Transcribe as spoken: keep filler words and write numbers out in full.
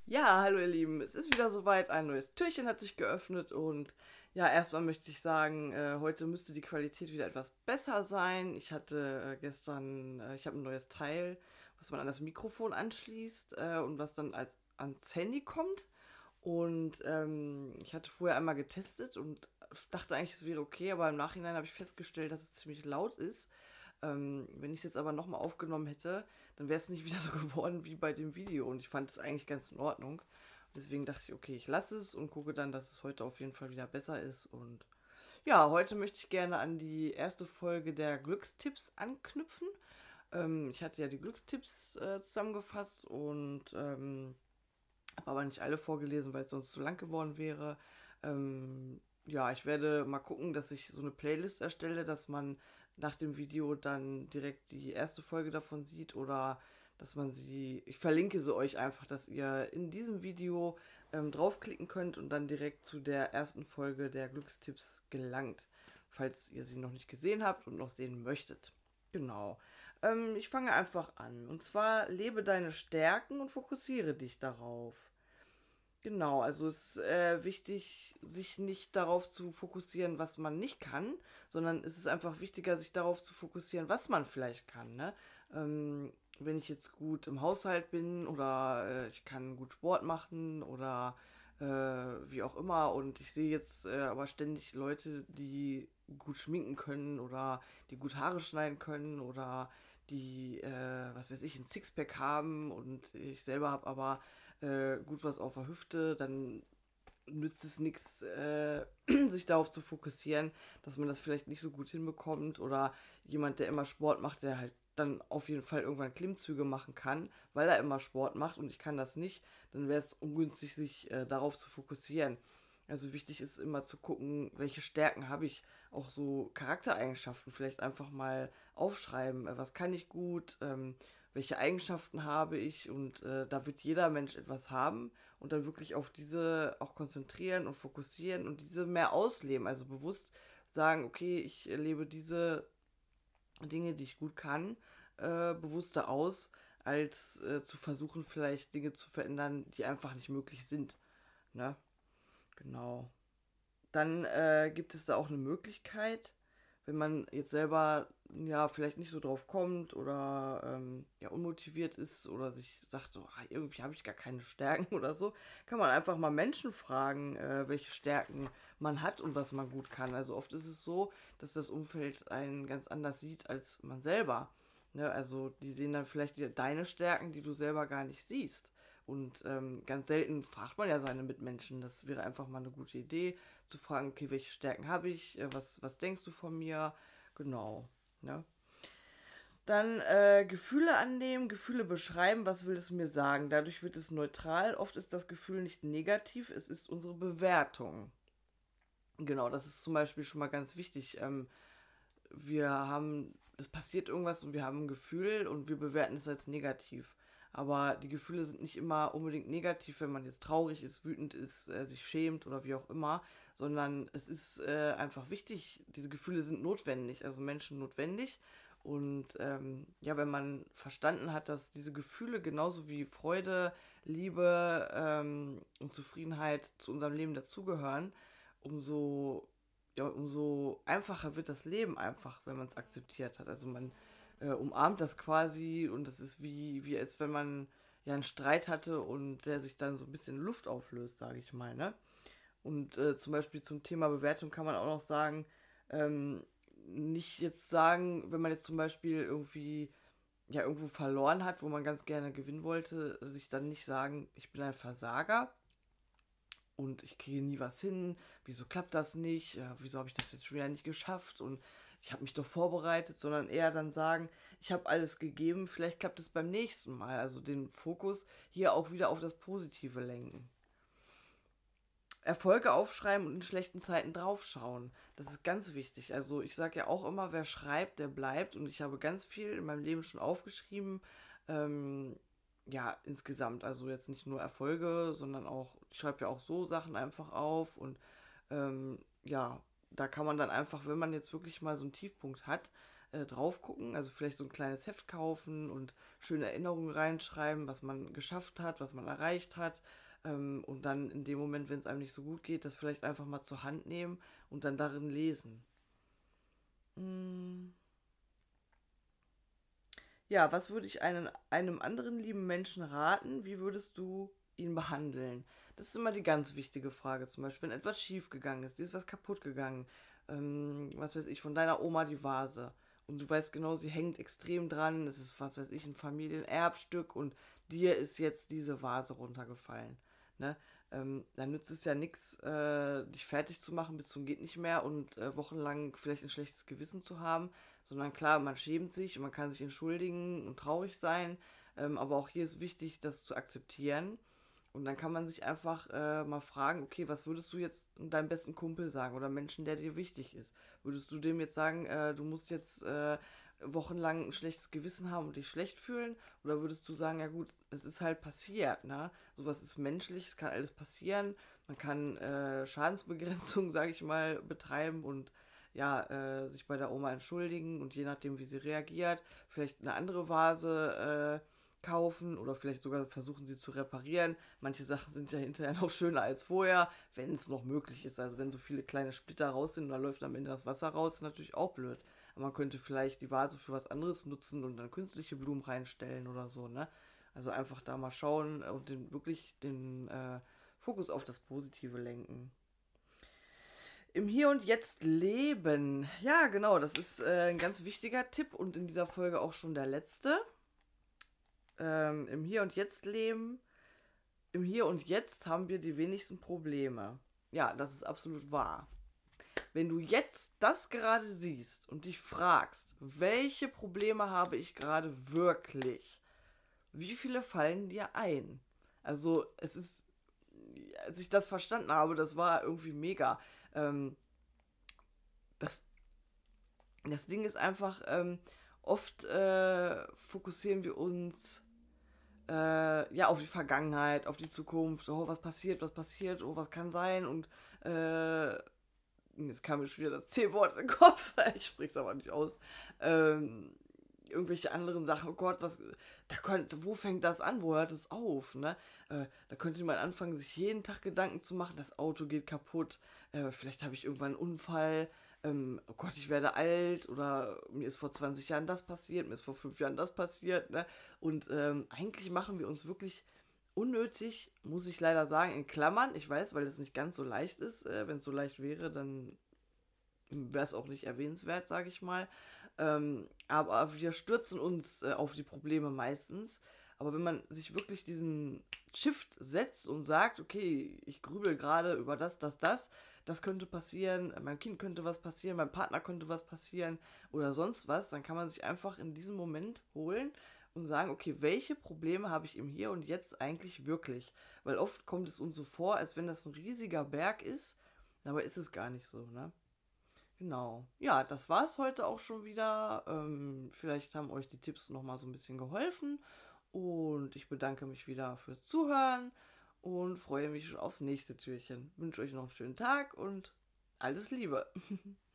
Ja, hallo ihr Lieben, es ist wieder soweit, ein neues Türchen hat sich geöffnet und ja, erstmal möchte ich sagen, äh, heute müsste die Qualität wieder etwas besser sein. Ich hatte äh, gestern, äh, ich habe ein neues Teil, was man an das Mikrofon anschließt äh, und was dann als ans Handy kommt. Und ähm, ich hatte vorher einmal getestet und dachte eigentlich, es wäre okay, aber im Nachhinein habe ich festgestellt, dass es ziemlich laut ist. Ähm, wenn ich es jetzt aber nochmal aufgenommen hätte, dann wäre es nicht wieder so geworden wie bei dem Video. Und ich fand es eigentlich ganz in Ordnung. Deswegen dachte ich, okay, ich lasse es und gucke dann, dass es heute auf jeden Fall wieder besser ist. Und ja, heute möchte ich gerne an die erste Folge der Glückstipps anknüpfen. Ähm, ich hatte ja die Glückstipps äh, zusammengefasst und ähm, habe aber nicht alle vorgelesen, weil es sonst zu lang geworden wäre. Ähm, ja, ich werde mal gucken, dass ich so eine Playlist erstelle, dass man nach dem Video dann direkt die erste Folge davon sieht oder dass man sie, ich verlinke sie euch einfach, dass ihr in diesem Video ähm, draufklicken könnt und dann direkt zu der ersten Folge der Glückstipps gelangt, falls ihr sie noch nicht gesehen habt und noch sehen möchtet. Genau. Ähm, ich fange einfach an. Und zwar lebe deine Stärken und fokussiere dich darauf. Genau, also es ist äh, wichtig, sich nicht darauf zu fokussieren, was man nicht kann, sondern es ist einfach wichtiger, sich darauf zu fokussieren, was man vielleicht kann. Ne? Ähm, wenn ich jetzt gut im Haushalt bin oder äh, ich kann gut Sport machen oder äh, wie auch immer und ich sehe jetzt äh, aber ständig Leute, die gut schminken können oder die gut Haare schneiden können oder die, äh, was weiß ich, ein Sixpack haben und ich selber habe aber äh, gut was auf der Hüfte, dann nützt es nichts, äh, sich darauf zu fokussieren, dass man das vielleicht nicht so gut hinbekommt oder jemand, der immer Sport macht, der halt dann auf jeden Fall irgendwann Klimmzüge machen kann, weil er immer Sport macht und ich kann das nicht, dann wäre es ungünstig, sich äh, darauf zu fokussieren. Also wichtig ist immer zu gucken, welche Stärken habe ich, auch so Charaktereigenschaften vielleicht einfach mal aufschreiben, äh, was kann ich gut, ähm, welche Eigenschaften habe ich und äh, da wird jeder Mensch etwas haben und dann wirklich auf diese auch konzentrieren und fokussieren und diese mehr ausleben, also bewusst sagen, okay, ich lebe diese Dinge, die ich gut kann, äh, bewusster aus, als äh, zu versuchen, vielleicht Dinge zu verändern, die einfach nicht möglich sind. Ne? Genau. Dann äh, gibt es da auch eine Möglichkeit, wenn man jetzt selber ja vielleicht nicht so drauf kommt oder ähm, ja unmotiviert ist oder sich sagt so, ah, irgendwie habe ich gar keine Stärken oder so, kann man einfach mal Menschen fragen, äh, welche Stärken man hat und was man gut kann. Also oft ist es so, dass das Umfeld einen ganz anders sieht als man selber. Ne? Also die sehen dann vielleicht die, deine Stärken, die du selber gar nicht siehst. Und ähm, ganz selten fragt man ja seine Mitmenschen. Das wäre einfach mal eine gute Idee, zu fragen, okay, welche Stärken habe ich, äh, was, was denkst du von mir? Genau. Ne? Dann äh, Gefühle annehmen, Gefühle beschreiben, was will es mir sagen? Dadurch wird es neutral. Oft ist das Gefühl nicht negativ, es ist unsere Bewertung. Genau, das ist zum Beispiel schon mal ganz wichtig. Ähm, wir haben, es passiert irgendwas und wir haben ein Gefühl und wir bewerten es als negativ. Aber die Gefühle sind nicht immer unbedingt negativ, wenn man jetzt traurig ist, wütend ist, äh, sich schämt oder wie auch immer, sondern es ist äh, einfach wichtig, diese Gefühle sind notwendig, also Menschen notwendig. Und ähm, ja, wenn man verstanden hat, dass diese Gefühle genauso wie Freude, Liebe ähm, und Zufriedenheit zu unserem Leben dazugehören, umso ja, umso einfacher wird das Leben einfach, wenn man es akzeptiert hat. Also man äh, umarmt das quasi und das ist wie, wie als wenn man ja einen Streit hatte und der sich dann so ein bisschen in Luft auflöst, sage ich mal. Ne? Und äh, zum Beispiel zum Thema Bewertung kann man auch noch sagen, ähm, nicht jetzt sagen, wenn man jetzt zum Beispiel irgendwie ja irgendwo verloren hat, wo man ganz gerne gewinnen wollte, sich dann nicht sagen, ich bin ein Versager, und ich kriege nie was hin. Wieso klappt das nicht? Ja, wieso habe ich das jetzt schon wieder nicht geschafft? Und ich habe mich doch vorbereitet, sondern eher dann sagen, ich habe alles gegeben, vielleicht klappt es beim nächsten Mal. Also den Fokus hier auch wieder auf das Positive lenken. Erfolge aufschreiben und in schlechten Zeiten draufschauen. Das ist ganz wichtig. Also ich sage ja auch immer, wer schreibt, der bleibt. Und ich habe ganz viel in meinem Leben schon aufgeschrieben. Ähm, ja, insgesamt. Also jetzt nicht nur Erfolge, sondern auch, ich schreibe ja auch so Sachen einfach auf. Und ähm, ja, da kann man dann einfach, wenn man jetzt wirklich mal so einen Tiefpunkt hat, äh, drauf gucken. Also vielleicht so ein kleines Heft kaufen und schöne Erinnerungen reinschreiben, was man geschafft hat, was man erreicht hat. Ähm, und dann in dem Moment, wenn es einem nicht so gut geht, das vielleicht einfach mal zur Hand nehmen und dann darin lesen. Mm. Ja, was würde ich einen, einem anderen lieben Menschen raten? Wie würdest du ihn behandeln? Das ist immer die ganz wichtige Frage. Zum Beispiel, wenn etwas schief gegangen ist, dir ist was kaputt gegangen. Ähm, was weiß ich, von deiner Oma die Vase. Und du weißt genau, sie hängt extrem dran. Es ist, was weiß ich, ein Familienerbstück und dir ist jetzt diese Vase runtergefallen. Ne? Ähm, dann nützt es ja nichts, äh, dich fertig zu machen bis zum geht nicht mehr und äh, wochenlang vielleicht ein schlechtes Gewissen zu haben, sondern klar, man schämt sich und man kann sich entschuldigen und traurig sein, ähm, aber auch hier ist wichtig, das zu akzeptieren. Und dann kann man sich einfach äh, mal fragen, okay, was würdest du jetzt deinem besten Kumpel sagen oder Menschen, der dir wichtig ist? Würdest du dem jetzt sagen, äh, du musst jetzt äh, wochenlang ein schlechtes Gewissen haben und dich schlecht fühlen? Oder würdest du sagen, ja gut, es ist halt passiert, ne? Sowas ist menschlich, es kann alles passieren. Man kann äh, Schadensbegrenzung, sage ich mal, betreiben und ja, äh, sich bei der Oma entschuldigen und je nachdem, wie sie reagiert, vielleicht eine andere Vase äh, kaufen oder vielleicht sogar versuchen sie zu reparieren. Manche Sachen sind ja hinterher noch schöner als vorher, wenn es noch möglich ist. Also wenn so viele kleine Splitter raus sind und da läuft am Ende das Wasser raus, ist natürlich auch blöd. Aber man könnte vielleicht die Vase für was anderes nutzen und dann künstliche Blumen reinstellen oder so, ne? Also einfach da mal schauen und den, wirklich den äh, Fokus auf das Positive lenken. Im Hier und Jetzt leben. Ja, genau, das ist äh, ein ganz wichtiger Tipp und in dieser Folge auch schon der letzte. Ähm, Im Hier und Jetzt leben. Im Hier und Jetzt haben wir die wenigsten Probleme. Ja, das ist absolut wahr. Wenn du jetzt das gerade siehst und dich fragst, welche Probleme habe ich gerade wirklich, wie viele fallen dir ein? Also es ist, als ich das verstanden habe, das war irgendwie mega. Ähm, das, das Ding ist einfach, ähm, oft äh, fokussieren wir uns äh, ja, auf die Vergangenheit, auf die Zukunft, oh, was passiert, was passiert, oh, was kann sein und äh, jetzt kam mir schon wieder das C-Wort in den Kopf, ich sprich's aber nicht aus, ähm, irgendwelche anderen Sachen, oh Gott, was, da könnte, wo fängt das an, wo hört es auf, ne? Äh, da könnte man anfangen, sich jeden Tag Gedanken zu machen, das Auto geht kaputt, äh, vielleicht habe ich irgendwann einen Unfall, ähm, oh Gott, ich werde alt oder mir ist vor zwanzig Jahren das passiert, mir ist vor fünf Jahren das passiert, ne? Und ähm, eigentlich machen wir uns wirklich unnötig, muss ich leider sagen, in Klammern, ich weiß, weil es nicht ganz so leicht ist, äh, wenn es so leicht wäre, dann wäre es auch nicht erwähnenswert, sage ich mal. Ähm, aber wir stürzen uns äh, auf die Probleme meistens. Aber wenn man sich wirklich diesen Shift setzt und sagt, okay, ich grübel gerade über das, das, das, das könnte passieren, meinem Kind könnte was passieren, meinem Partner könnte was passieren oder sonst was, dann kann man sich einfach in diesem Moment holen und sagen, okay, welche Probleme habe ich im Hier und Jetzt eigentlich wirklich? Weil oft kommt es uns so vor, als wenn das ein riesiger Berg ist, aber ist es gar nicht so, ne? Genau. Ja, das war es heute auch schon wieder. Ähm, vielleicht haben euch die Tipps nochmal so ein bisschen geholfen. Und ich bedanke mich wieder fürs Zuhören und freue mich schon aufs nächste Türchen. Wünsche euch noch einen schönen Tag und alles Liebe.